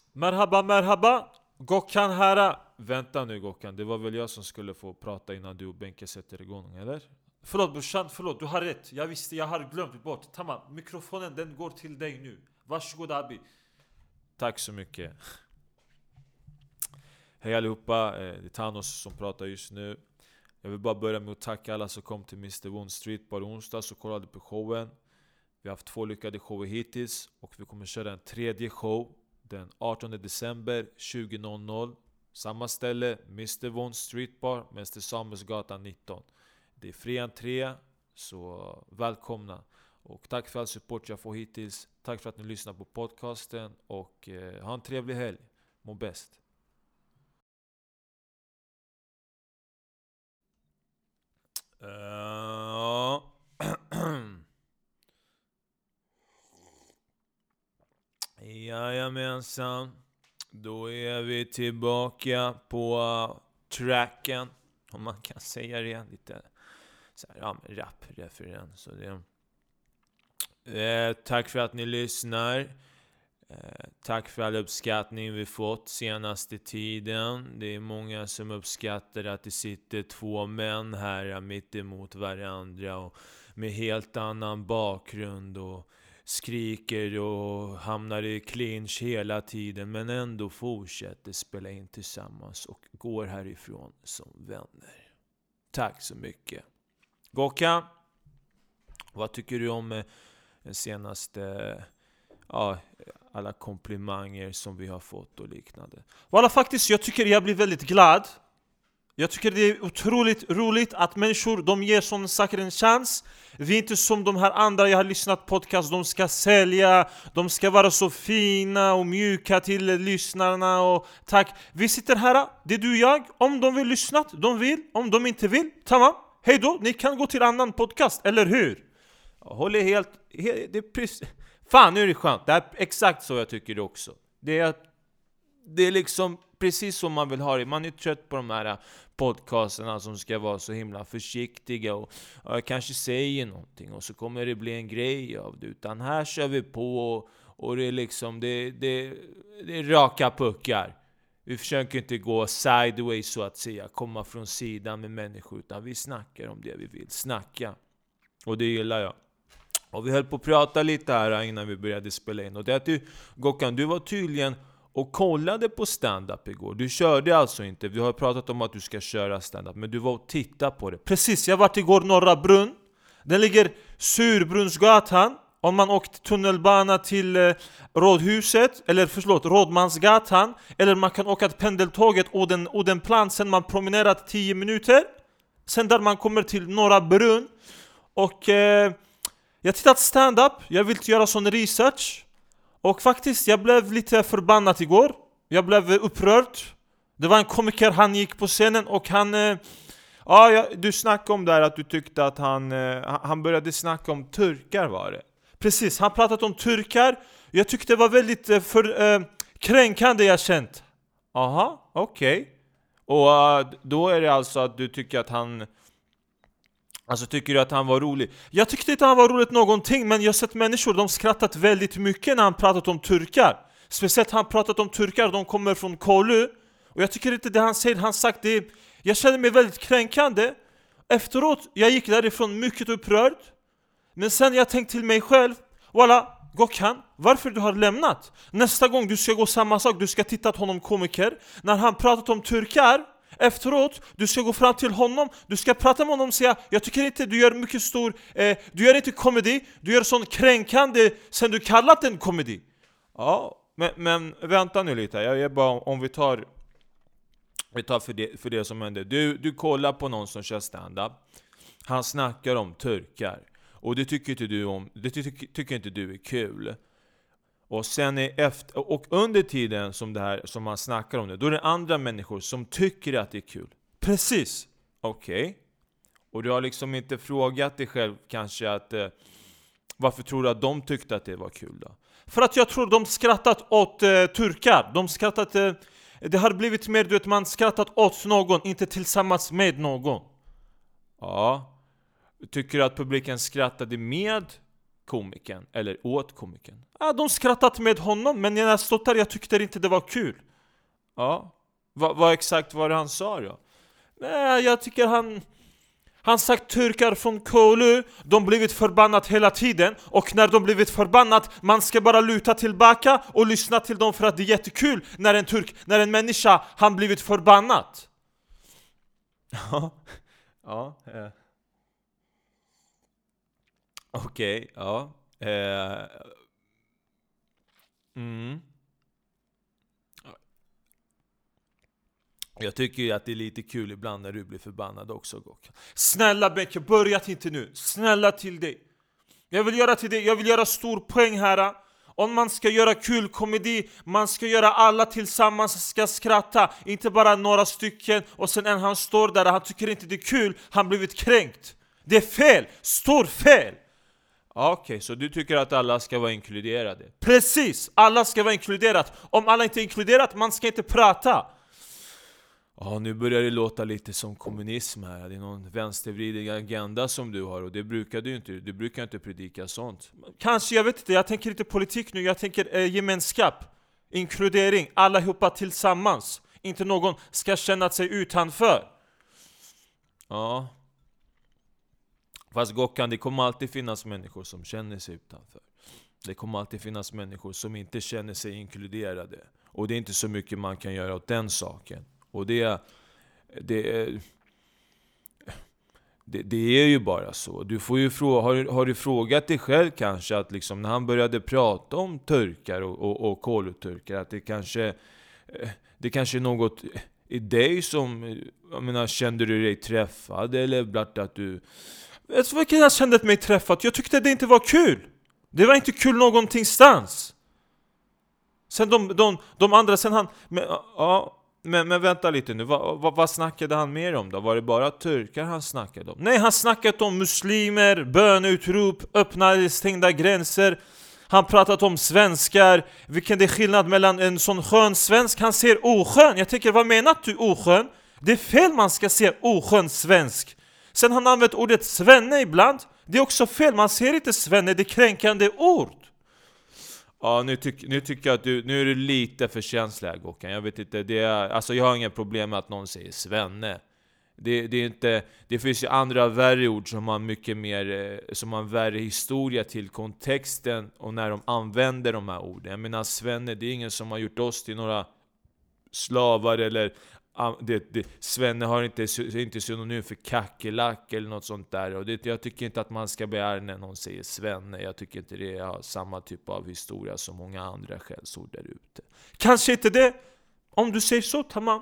Merhaba, merhaba. Gokkan här. Vänta nu Gokkan, det var väl jag som skulle få prata innan du och Benke sätter igång, eller? Förlåt brorsan, förlåt, du har rätt. Jag visste, jag har glömt bort. Tamam, mikrofonen den går till dig nu. Varsågod Abi. Tack så mycket. Hej allihopa, det är Thanos som pratar just nu. Jag vill bara börja med att tacka alla som kom till Mr. One Street Bar onsdag och kollade på showen. Vi har haft 2 lyckade shower hittills och vi kommer köra en tredje show den 18 december 20.00. Samma ställe, Mr. One Street Bar, Mäster Samuelsgatan 19. Det är fri entré, så välkomna. Och tack för all support jag får hittills. Tack för att ni lyssnar på podcasten och ha en trevlig helg. Må bäst. Jajamensan. Då är vi tillbaka på tracken, om man kan säga det. Lite så här, ja, rap-referens. Så det. Tack för att ni lyssnar. Tack för all uppskattning vi fått senaste tiden. Det är många som uppskattar att det sitter 2 män här mitt emot varandra och med helt annan bakgrund och skriker och hamnar i clinch hela tiden, men ändå fortsätter spela in tillsammans och går härifrån som vänner. Tack så mycket. Gokka, vad tycker du om den senaste, alla komplimanger som vi har fått och liknande? Walla, faktiskt, jag tycker jag blir väldigt glad. Jag tycker det är otroligt roligt att människor, de ger sådana saker en chans. Vi är inte som de här andra jag har lyssnat på podcast. De ska sälja, de ska vara så fina och mjuka till lyssnarna och tack. Vi sitter här, det är du och jag. Om de vill lyssna, de vill. Om de inte vill, tamam. Hej då, ni kan gå till annan podcast, eller hur? Jag håller helt det är precis. Fan, nu är det skönt. Det är exakt så jag tycker det också. Det är liksom precis som man vill ha det. Man är trött på de här podcasterna som ska vara så himla försiktiga och kanske säger någonting och så kommer det bli en grej av det. Utan här kör vi på och det är liksom det är raka puckar. Vi försöker inte gå sideways så att säga, komma från sidan med människor, utan vi snackar om det vi vill snacka. Och det gillar jag. Och vi höll på att prata lite här innan vi började spela in. Och det är att du, Gokkan, du var tydligen och kollade på stand-up igår. Du körde alltså inte. Vi har pratat om att du ska köra stand-up, men du var och tittade på det. Precis, jag var igår Norra Brunn. Den ligger Surbrunnsgatan. Om man åkt tunnelbana till Rådhuset, eller Rådmansgatan, eller man kan åka pendeltåget Odenplan, sen man promenerat 10 minuter. Sen där man kommer till Norra Brunn. Och jag tittat stand-up. Jag vill göra sån research. Och faktiskt, jag blev lite förbannad igår. Jag blev upprörd. Det var en komiker, han gick på scenen och han... du snackade om där att du tyckte att han började snacka om turkar, var det? Precis, han pratade om turkar. Jag tyckte det var väldigt kränkande jag känt. Aha, okej. Och då är det alltså att du tycker att han... Alltså, tycker du att han var rolig? Jag tyckte inte han var roligt någonting, men jag har sett människor, de skrattat väldigt mycket när han pratat om turkar. Speciellt han pratat om turkar, de kommer från Kolu. Och jag tycker inte det han säger, han sagt det. Jag kände mig väldigt kränkande. Efteråt, jag gick därifrån mycket upprörd. Men sen jag tänkte till mig själv, walla, Gokkan, varför du har lämnat? Nästa gång du ska gå samma sak, du ska titta på honom komiker. När han pratat om turkar, efteråt, du ska gå fram till honom, du ska prata med honom och säga, jag tycker inte du gör mycket stor, du gör inte komedi, du gör sån kränkande sen du kallat den komedi. Ja, men vänta nu lite, jag är bara, om vi tar för det som hände. Du kollar på någon som kör stand-up, han snackar om turkar, och det tycker inte du om, det tycker inte du är kul. Och sen och under tiden som man snackar om det, då är det andra människor som tycker att det är kul. Precis. Okej. Och du har liksom inte frågat dig själv kanske att varför tror du att de tyckte att det var kul då? För att jag tror de skrattat åt turkar. De skrattat, det har blivit mer, du vet, man skrattat åt någon, inte tillsammans med någon. Ja. Tycker du att publiken skrattade med komikern, eller åt komikern. De skrattat med honom, men när jag stod där, jag tyckte inte det var kul. Ja, vad exakt var det han sa då? Nej, jag tycker han sagt turkar från Kolu, de blivit förbannat hela tiden. Och när de blivit förbannat, man ska bara luta tillbaka och lyssna till dem, för att det är jättekul när en människa, han blivit förbannat. Ja. Okej, ja. Jag tycker ju att det är lite kul ibland när du blir förbannad också, Gok. Snälla Benke, börja inte nu. Snälla till dig. Jag vill göra stor poäng här. Om man ska göra kul komedi, man ska göra alla tillsammans ska skratta. Inte bara några stycken och sen han står där, han tycker inte det är kul, han blivit kränkt. Det är fel, stor fel. Okej, så du tycker att alla ska vara inkluderade? Precis, alla ska vara inkluderat. Om alla inte är inkluderat, man ska inte prata. Ja, nu börjar det låta lite som kommunism här. Det är någon vänstervriden agenda som du har, och det brukar du inte. Du brukar inte predika sånt. Kanske, jag vet inte, jag tänker inte politik nu. Jag tänker gemenskap, inkludering, allihopa tillsammans. Inte någon ska känna sig utanför. Ja. Fast Gockan, det kommer alltid finnas människor som känner sig utanför. Det kommer alltid finnas människor som inte känner sig inkluderade. Och det är inte så mycket man kan göra åt den saken. Och det är ju bara så. Du får ju har du frågat dig själv kanske att liksom, när han började prata om turkar och koluturkar, att det kanske är något i dig som, jag menar, kände du dig träffad eller blott att du... Vet du vad jag kände mig träffad? Jag tyckte det inte var kul. Det var inte kul någontingstans. Sen de andra, sen han... Men vänta lite nu, vad snackade han mer om då? Var det bara turkar han snackade om? Nej, han snackade om muslimer, böneutrop, öppna stängda gränser. Han pratat om svenskar, vilken det är skillnad mellan en sån skön svensk, han ser oskön. Jag tänker, vad menar du oskön? Det är fel, man ska se oskön svensk. Sen har han använt ordet svenne ibland. Det är också fel, man ser inte svenne, det är kränkande ord. Ja, nu tycker jag att nu är du lite för känslig, Gockan. Jag vet inte, jag har inga problem med att någon säger svenne. Det är inte, det finns ju andra värre ord som har mycket mer, som har värre historia till kontexten och när de använder de här orden. Jag menar, svenne, det är ingen som har gjort oss till några slavar eller svenne har inte synonym för kackerlack eller något sånt där. Och jag tycker inte att man ska begära när någon säger svenne. Jag tycker inte det har samma typ av historia som många andra skällsord där ute. Kanske inte det. Om du säger så, tamam.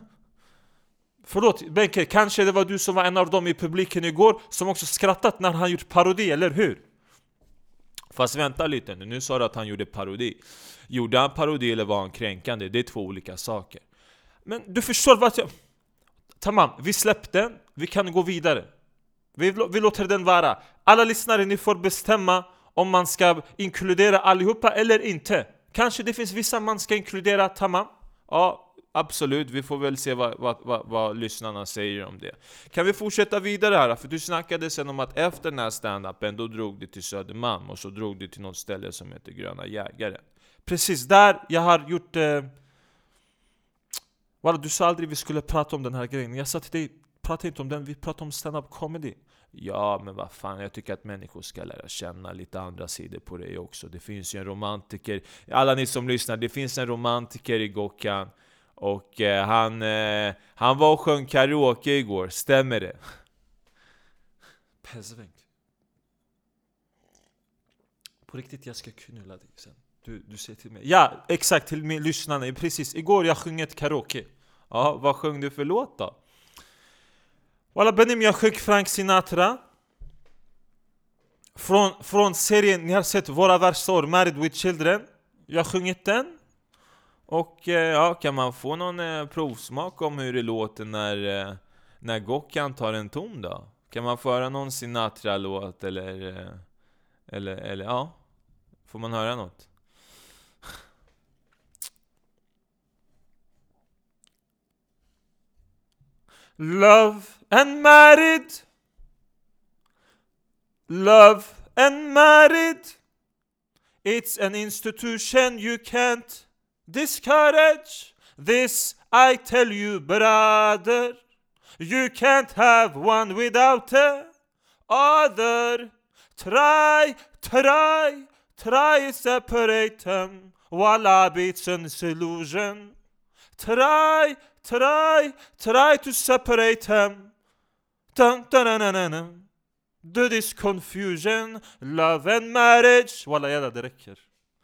Förlåt, Benke, kanske det var du som var en av dem i publiken igår som också skrattat när han gjort parodi, eller hur? Fast vänta lite nu sa du att han gjorde parodi. Gjorde han parodi eller var han kränkande? Det är två olika saker. Men du förstår vad jag... Tamam, vi släppte den. Vi kan gå vidare. Vi låter den vara. Alla lyssnare, ni får bestämma om man ska inkludera allihopa eller inte. Kanske det finns vissa man ska inkludera, tamam. Ja, absolut. Vi får väl se vad lyssnarna säger om det. Kan vi fortsätta vidare här? För du snackade sen om att efter den här stand-upen, då drog du till Södermalm och så drog du till något ställe som heter Gröna Jägare. Precis, där jag har gjort... Du sa aldrig vi skulle prata om den här grejen. Jag sa till dig, prata inte om den, vi pratar om stand-up comedy. Ja, men vad fan, jag tycker att människor ska lära känna lite andra sidor på det också. Det finns ju en romantiker, alla ni som lyssnar, det finns en romantiker i Gockan. Och han var och sjöng karaoke igår, stämmer det? Pesvänk. På riktigt, jag ska knulla dig sen. Du säger till mig. Ja, exakt, till min lyssnarna. Precis, igår jag sjöng ett karaoke. Ja, vad sjöng du för låt då? Walla Benim, jag sjöng Frank Sinatra. Från serien, ni har sett Våra värsta år, Married with Children. Jag sjungit den. Och kan man få någon provsmak om hur det låter när Gockan tar en ton då? Kan man få höra någon Sinatra-låt eller ja? Får man höra något? Love and married. Love and married. It's an institution you can't discourage. This I tell you, brother. You can't have one without the other. Try separate them. Wallaby, it's an illusion. Try to separate them. Dun, dun, dun, dun, dun, dun. Do this confusion, love and marriage. Walla jävla, det räcker.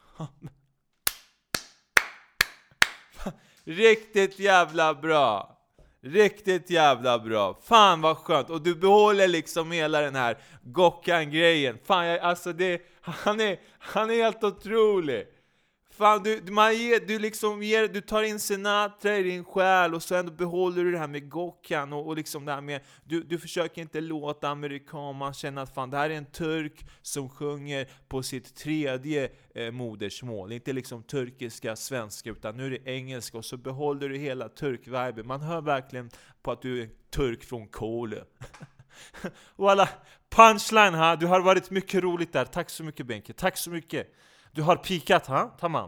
Riktigt jävla bra. Riktigt jävla bra. Fan vad skönt. Och du behåller liksom hela den här Gockan-grejen. Fan, alltså han är helt otrolig. Fan, du tar in Sinatra i din själ och så ändå behåller du det här med Gockan och liksom det här med, du försöker inte låta amerikan, man känner att fan, det här är en turk som sjunger på sitt tredje modersmål, inte liksom turkiska, svenska, utan nu är det engelska, och så behåller du hela turkviben. Man hör verkligen på att du är turk från Kole. Och alla punchline här, du har varit mycket roligt där. Tack så mycket, Benke, tack så mycket. Du har pikat, ha? Tamam.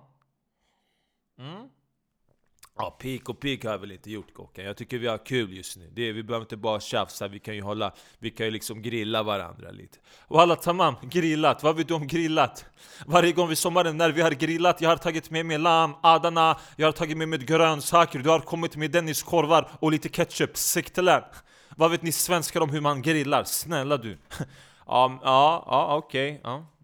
Ja, pik har jag väl inte gjort, Gockan. Jag tycker vi har kul just nu. Vi behöver inte bara tjafsa, vi kan ju liksom grilla varandra lite. Och alla tamam, grillat. Vad vet du om grillat? Varje gång vid sommaren när vi har grillat, jag har tagit med mig lam, Adana, jag har tagit med mig grönsaker, du har kommit med Denniskorvar och lite ketchup, siktelen. Vad vet ni svenskar om hur man grillar? Snälla du. Okej.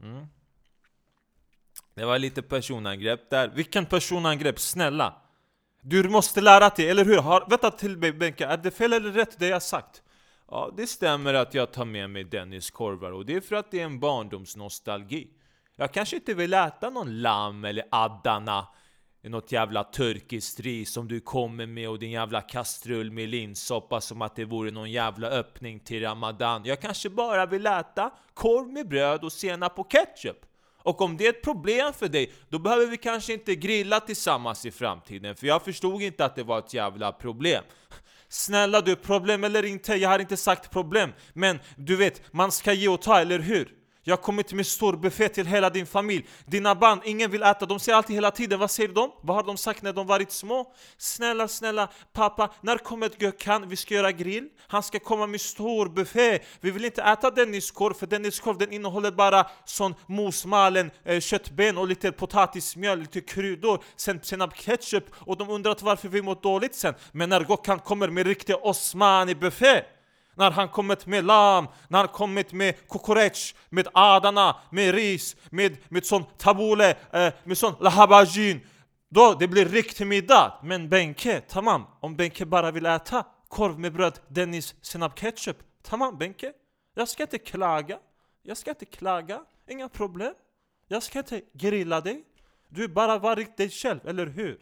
Det var lite personangrepp där. Vilken personangrepp? Snälla. Du måste lära dig, eller hur? Vänta till mig, Benka. Är det fel eller rätt det jag sagt? Ja, det stämmer att jag tar med mig Denniskorvar. Och det är för att det är en barndomsnostalgi. Jag kanske inte vill äta någon lamm eller Adana, något jävla turkiskt ris som du kommer med och din jävla kastrull med linssoppa som att det vore någon jävla öppning till Ramadan. Jag kanske bara vill äta korv med bröd och senap på ketchup. Och om det är ett problem för dig, då behöver vi kanske inte grilla tillsammans i framtiden. För jag förstod inte att det var ett jävla problem. Snälla du, problem eller inte, jag har inte sagt problem. Men du vet, man ska ge och ta, eller hur? Jag har kommit med stor buffé till hela din familj. Dina barn, ingen vill äta. De säger alltid hela tiden, vad säger de? Vad har de sagt när de varit små? Snälla, pappa, när kommer Gökhan? Vi ska göra grill. Han ska komma med stor buffé. Vi vill inte äta Denniskorv, för Denniskorv den innehåller bara sån mosmalen köttben och lite potatismjöl, lite kryddor, sen senap ketchup. Och de undrar varför vi mår dåligt sen. Men när Gökhan kommer med riktig Osmani buffé, när han kommit med lam, när han kommit med kokorech, med Adana, med ris, med sån tabule, med sån lahabajin, då det blir riktig middag. Men Benke, tamam, om Benke bara vill äta korv med bröd, Dennis, senap ketchup, tamam Benke, jag ska inte klaga, inga problem. Jag ska inte grilla dig. Du är bara varit dig själv, eller hur?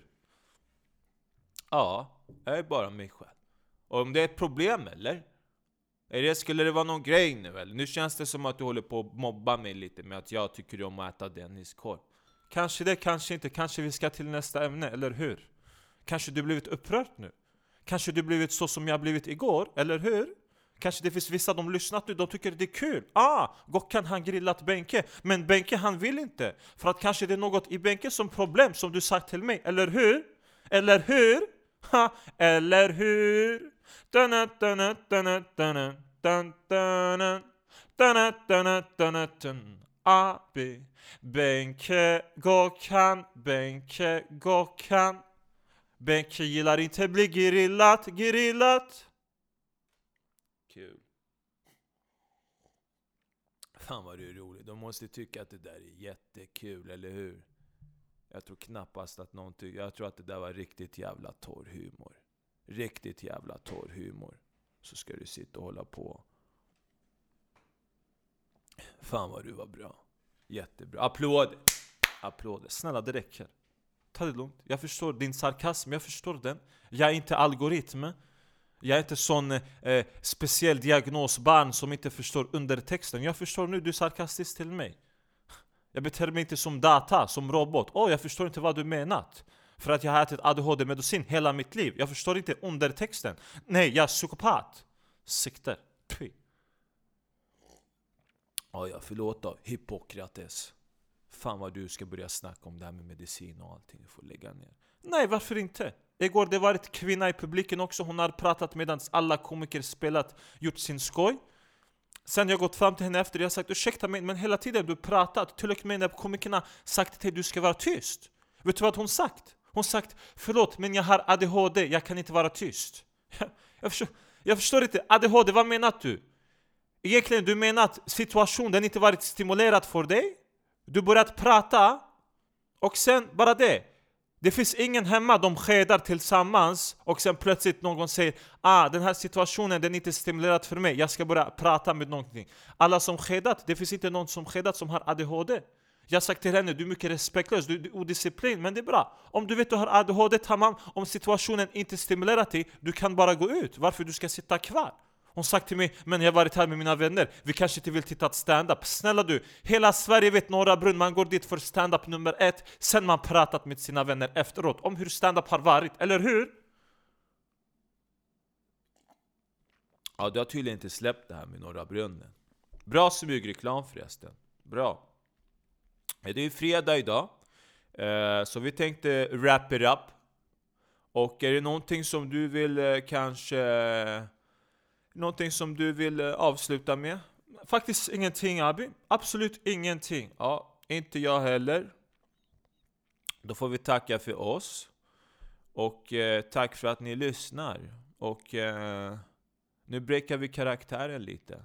Ja, jag är bara mig själv. Och om det är ett problem, eller? Skulle det vara någon grej nu, eller? Nu känns det som att du håller på att mobba mig lite med att jag tycker om att äta Denniskorv. Kanske det, kanske inte. Kanske vi ska till nästa ämne, eller hur? Kanske du blivit upprörd nu. Kanske du blivit så som jag blivit igår, eller hur? Kanske det finns vissa de lyssnat nu, de tycker det är kul. Gockan han grillat Benke. Men Benke han vill inte. För att kanske det är något i Benke som problem som du sagt till mig, eller hur? Eller hur? Eller hur? A-B Benke Gockan, Benke Gockan. Benke gillar inte bli grillat. Kul. Fan vad du är rolig. De måste tycka att det där är jättekul, eller hur? Jag tror knappast att någon tycker. Jag tror att det där var riktigt jävla torr humor. Riktigt jävla torr humor. Så ska du sitta och hålla på. Fan vad du var bra. Jättebra. Applåder. Snälla, det räcker. Ta det lugnt. Jag förstår din sarkasm. Jag förstår den. Jag är inte algoritm. Jag är inte sån speciell diagnosbarn som inte förstår undertexten. Jag förstår nu, du är sarkastisk till mig. Jag beter mig inte som data, som robot. Jag förstår inte vad du menat. För att jag har ätit ADHD-medicin hela mitt liv. Jag förstår inte undertexten. Nej, jag är psykopat. Sikter. Ja, förlåt då, Hippokrates. Fan vad du ska börja snacka om det här med medicin och allting. Du får lägga ner. Nej, varför inte? Igår det var ett kvinna i publiken också. Hon har pratat medan alla komiker spelat, gjort sin skoj. Sen jag gått fram till henne efter, jag har sagt ursäkta mig, men hela tiden du pratat. Till och med när komikerna sagt till dig du ska vara tyst. Vet du vad hon sagt? Hon sagt förlåt men jag har ADHD, jag kan inte vara tyst. Jag förstår inte, ADHD, vad menar du? Egentligen du menar att situationen inte varit stimulerad för dig. Du börjat prata och sen bara det. Det finns ingen hemma, de skedar tillsammans och sen plötsligt någon säger den här situationen den är inte stimulerad för mig, jag ska börja prata med någonting. Alla som skedat, det finns inte någon som skedat som har ADHD. Jag har sagt till henne, du är mycket respektlös, du är odisciplin, men det är bra. Om du vet du har ADHD, tamam, om situationen inte stimulerar dig, du kan bara gå ut. Varför du ska sitta kvar? Hon sagt till mig, men jag har varit här med mina vänner, vi kanske inte vill titta på stand-up. Snälla du, hela Sverige vet Norra Brunn, man går dit för stand-up nummer 1, sen man pratat med sina vänner efteråt om hur stand-up har varit, eller hur? Ja, du har tydligen inte släppt det här med Norra Brunnen. Bra smygreklam förresten, bra. Det är ju fredag idag, så vi tänkte wrap it up. Och är det någonting som du vill kanske... Någonting som du vill avsluta med? Faktiskt ingenting, Abi. Absolut ingenting. Ja, inte jag heller. Då får vi tacka för oss. Och tack för att ni lyssnar. Och nu breakar vi karaktären lite.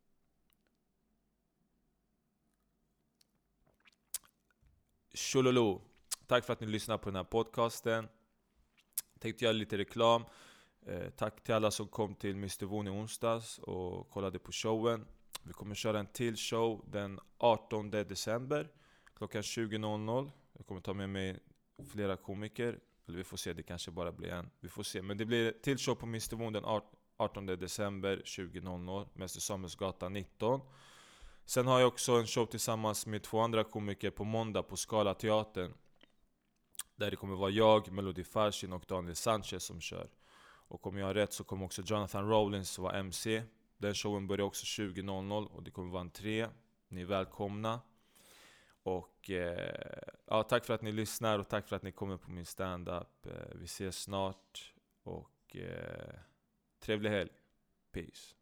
Tjololo. Tack för att ni lyssnar på den här podcasten. Tänkte göra lite reklam. Tack till alla som kom till Mr. Von i onsdags och kollade på showen. Vi kommer köra en till show den 18 december klockan 20.00. Jag kommer ta med mig flera komiker. Eller vi får se, det kanske bara blir en. Vi får se, men det blir till show på Mr. Von den 18 december 20.00. Mäster Samuelsgatan 19. Sen har jag också en show tillsammans med 2 andra komiker på måndag på Skala teatern. Där det kommer vara jag, Melody Farshin och Daniel Sanchez som kör. Och om jag har rätt så kommer också Jonathan Rollins vara MC. Den showen börjar också 20.00 och det kommer vara en 3. Ni är välkomna. Och tack för att ni lyssnar och tack för att ni kommer på min stand-up. Vi ses snart och trevlig helg. Peace.